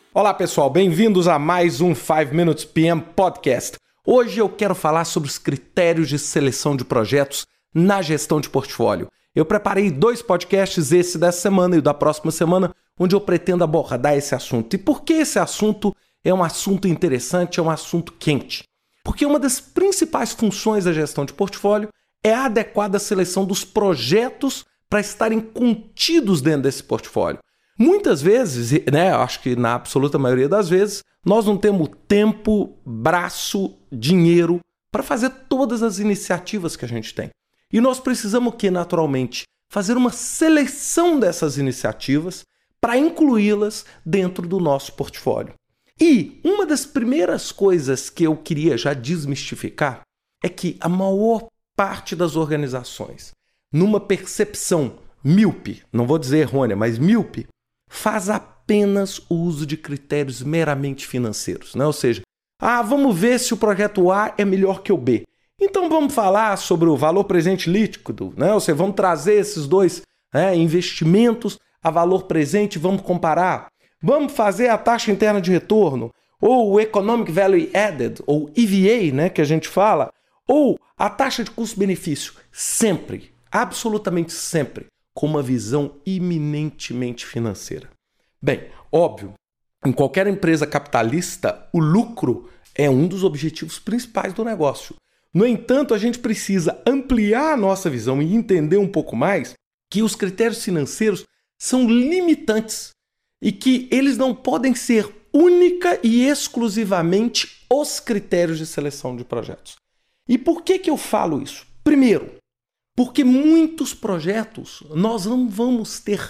Olá pessoal, bem-vindos a mais um 5 Minutes PM Podcast. Hoje eu quero falar sobre os critérios de seleção de projetos na gestão de portfólio. Eu preparei 2 podcasts, esse dessa semana e o da próxima semana, onde eu pretendo abordar esse assunto. E por que esse assunto é um assunto interessante, é um assunto quente? Porque uma das principais funções da gestão de portfólio é a adequada seleção dos projetos para estarem contidos dentro desse portfólio. Muitas vezes, acho que na absoluta maioria das vezes, nós não temos tempo, braço, dinheiro para fazer todas as iniciativas que a gente tem. E nós precisamos naturalmente, fazer uma seleção dessas iniciativas para incluí-las dentro do nosso portfólio. E uma das primeiras coisas que eu queria já desmistificar é que a maior parte das organizações, numa percepção míope, não vou dizer errônea, mas míope, faz apenas o uso de critérios meramente financeiros, né? Ou seja, vamos ver se o projeto A é melhor que o B. Então vamos falar sobre o valor presente líquido, né? Ou seja, vamos trazer esses dois investimentos a valor presente, vamos comparar. Vamos fazer a taxa interna de retorno, ou o Economic Value Added, ou EVA, né, que a gente fala, ou a taxa de custo-benefício. Sempre, absolutamente sempre, com uma visão eminentemente financeira. Bem, óbvio, em qualquer empresa capitalista, o lucro é um dos objetivos principais do negócio. No entanto, a gente precisa ampliar a nossa visão e entender um pouco mais que os critérios financeiros são limitantes e que eles não podem ser única e exclusivamente os critérios de seleção de projetos. E por que eu falo isso? Primeiro, porque muitos projetos nós não vamos ter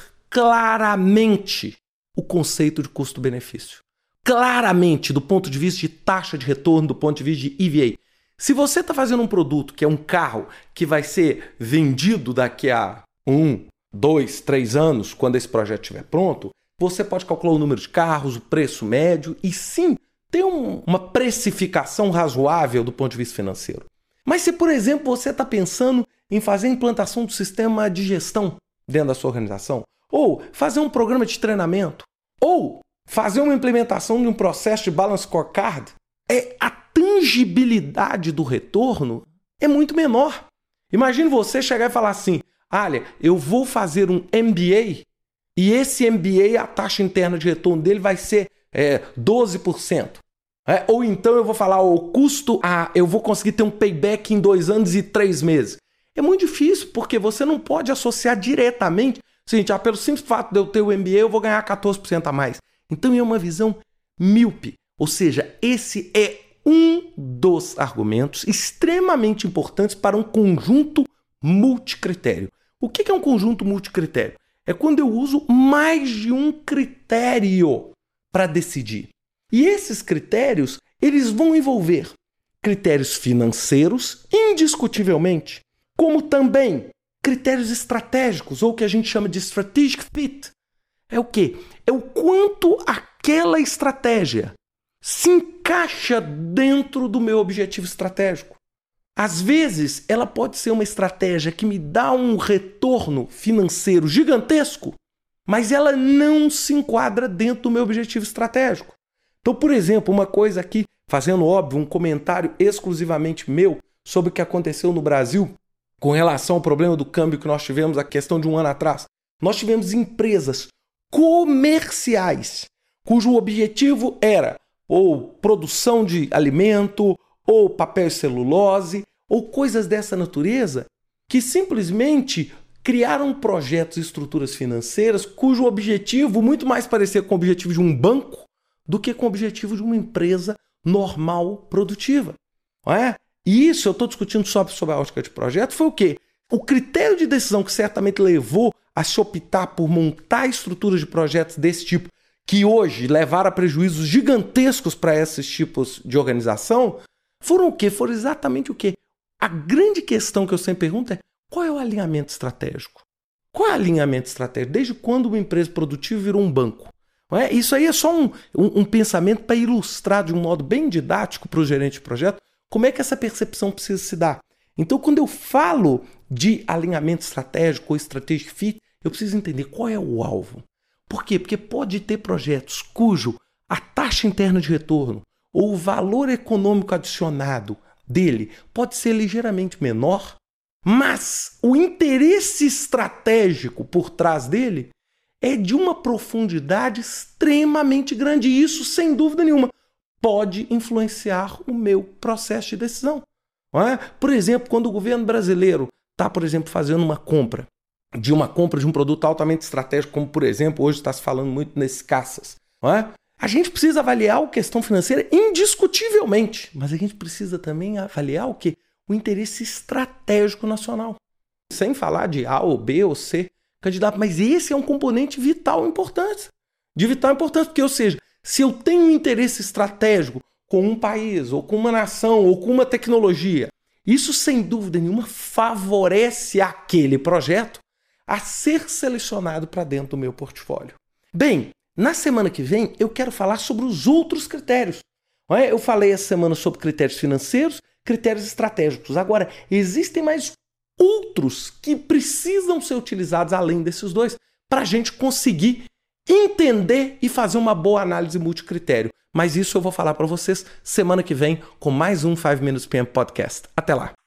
claramente o conceito de custo-benefício. Claramente, do ponto de vista de taxa de retorno, do ponto de vista de EVA. Se você está fazendo um produto que é um carro que vai ser vendido daqui a 1, 2, 3 anos, quando esse projeto estiver pronto, você pode calcular o número de carros, o preço médio e sim ter uma precificação razoável do ponto de vista financeiro. Mas se, por exemplo, você está pensando em fazer a implantação do sistema de gestão dentro da sua organização, ou fazer um programa de treinamento, ou fazer uma implementação de um processo de balance scorecard, a tangibilidade do retorno é muito menor. Imagine você chegar e falar assim, olha, eu vou fazer um MBA e esse MBA, a taxa interna de retorno dele vai ser 12%. Ou então eu vou falar, o custo, eu vou conseguir ter um payback em 2 anos e 3 meses. É muito difícil, porque você não pode associar diretamente, seguinte, pelo simples fato de eu ter o MBA, eu vou ganhar 14% a mais. Então é uma visão míope. Ou seja, esse é um dos argumentos extremamente importantes para um conjunto multicritério. O que é um conjunto multicritério? É quando eu uso mais de um critério para decidir. E esses critérios, eles vão envolver critérios financeiros, indiscutivelmente, como também critérios estratégicos, ou o que a gente chama de strategic fit. É o quê? É o quanto aquela estratégia se encaixa dentro do meu objetivo estratégico. Às vezes, ela pode ser uma estratégia que me dá um retorno financeiro gigantesco, mas ela não se enquadra dentro do meu objetivo estratégico. Então, por exemplo, uma coisa aqui, fazendo óbvio um comentário exclusivamente meu sobre o que aconteceu no Brasil com relação ao problema do câmbio que nós tivemos a questão de um ano atrás. Nós tivemos empresas comerciais cujo objetivo era ou produção de alimento, ou papel e celulose, ou coisas dessa natureza, que simplesmente criaram projetos e estruturas financeiras cujo objetivo muito mais parecia com o objetivo de um banco do que com o objetivo de uma empresa normal, produtiva. Não é? E isso eu estou discutindo sobre a ótica de projeto, foi o quê? O critério de decisão que certamente levou a se optar por montar estruturas de projetos desse tipo, que hoje levaram a prejuízos gigantescos para esses tipos de organização, foram o quê? Foram exatamente o quê? A grande questão que eu sempre pergunto é, qual é o alinhamento estratégico? Qual é o alinhamento estratégico? Desde quando uma empresa produtiva virou um banco? Não é? Isso aí é só um pensamento para ilustrar de um modo bem didático para o gerente de projeto como é que essa percepção precisa se dar. Então, quando eu falo de alinhamento estratégico ou strategic fit, eu preciso entender qual é o alvo. Por quê? Porque pode ter projetos cujo a taxa interna de retorno ou o valor econômico adicionado dele pode ser ligeiramente menor, mas o interesse estratégico por trás dele é de uma profundidade extremamente grande. E isso, sem dúvida nenhuma, pode influenciar o meu processo de decisão. Não é? Por exemplo, quando o governo brasileiro está, por exemplo, fazendo uma compra de um produto altamente estratégico, como, por exemplo, hoje está se falando muito nesses caças, não é? A gente precisa avaliar a questão financeira indiscutivelmente, mas a gente precisa também avaliar o quê? O interesse estratégico nacional. Sem falar de A ou B ou C candidato, mas esse é um componente vital importante. De vital importância, porque, ou seja, se eu tenho um interesse estratégico com um país, ou com uma nação, ou com uma tecnologia, isso, sem dúvida nenhuma, favorece aquele projeto a ser selecionado para dentro do meu portfólio. Bem, na semana que vem eu quero falar sobre os outros critérios. Eu falei essa semana sobre critérios financeiros, critérios estratégicos. Agora, existem mais outros que precisam ser utilizados além desses dois para a gente conseguir entender e fazer uma boa análise multicritério. Mas isso eu vou falar para vocês semana que vem com mais um 5 Minutes PM Podcast. Até lá!